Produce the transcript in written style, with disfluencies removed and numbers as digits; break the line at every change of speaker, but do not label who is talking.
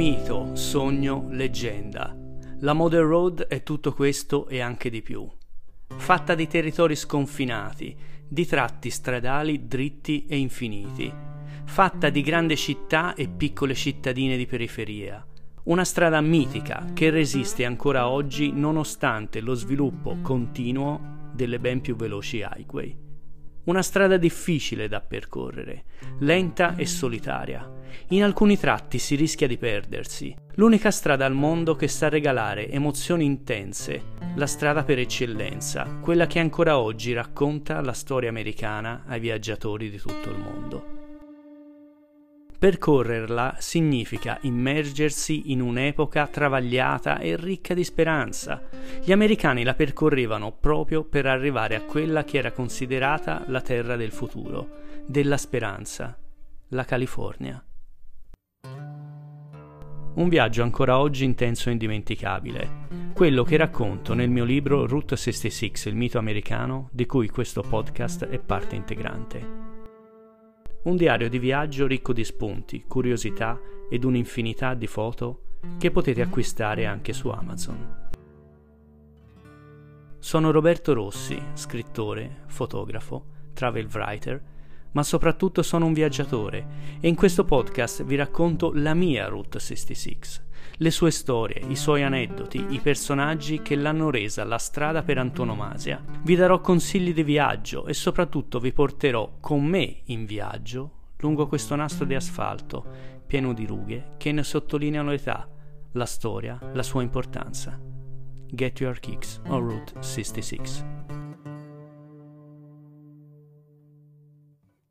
Mito, sogno, leggenda. La Model Road è tutto questo e anche di più. Fatta di territori sconfinati, di tratti stradali dritti e infiniti. Fatta di grandi città e piccole cittadine di periferia. Una strada mitica che resiste ancora oggi nonostante lo sviluppo continuo delle ben più veloci highway. Una strada difficile da percorrere, lenta e solitaria. In alcuni tratti si rischia di perdersi. L'unica strada al mondo che sa regalare emozioni intense, la strada per eccellenza, quella che ancora oggi racconta la storia americana ai viaggiatori di tutto il mondo. Percorrerla significa immergersi in un'epoca travagliata e ricca di speranza. Gli americani la percorrevano proprio per arrivare a quella che era considerata la terra del futuro, della speranza, la California. Un viaggio ancora oggi intenso e indimenticabile, quello che racconto nel mio libro Route 66, il mito americano, di cui questo podcast è parte integrante. Un diario di viaggio ricco di spunti, curiosità ed un'infinità di foto che potete acquistare anche su Amazon. Sono Roberto Rossi, scrittore, fotografo, travel writer, ma soprattutto sono un viaggiatore e in questo podcast vi racconto la mia Route 66, le sue storie, i suoi aneddoti, i personaggi che l'hanno resa la strada per antonomasia. Vi darò consigli di viaggio e soprattutto vi porterò con me in viaggio lungo questo nastro di asfalto pieno di rughe che ne sottolineano l'età, la storia, la sua importanza. Get your kicks on Route 66.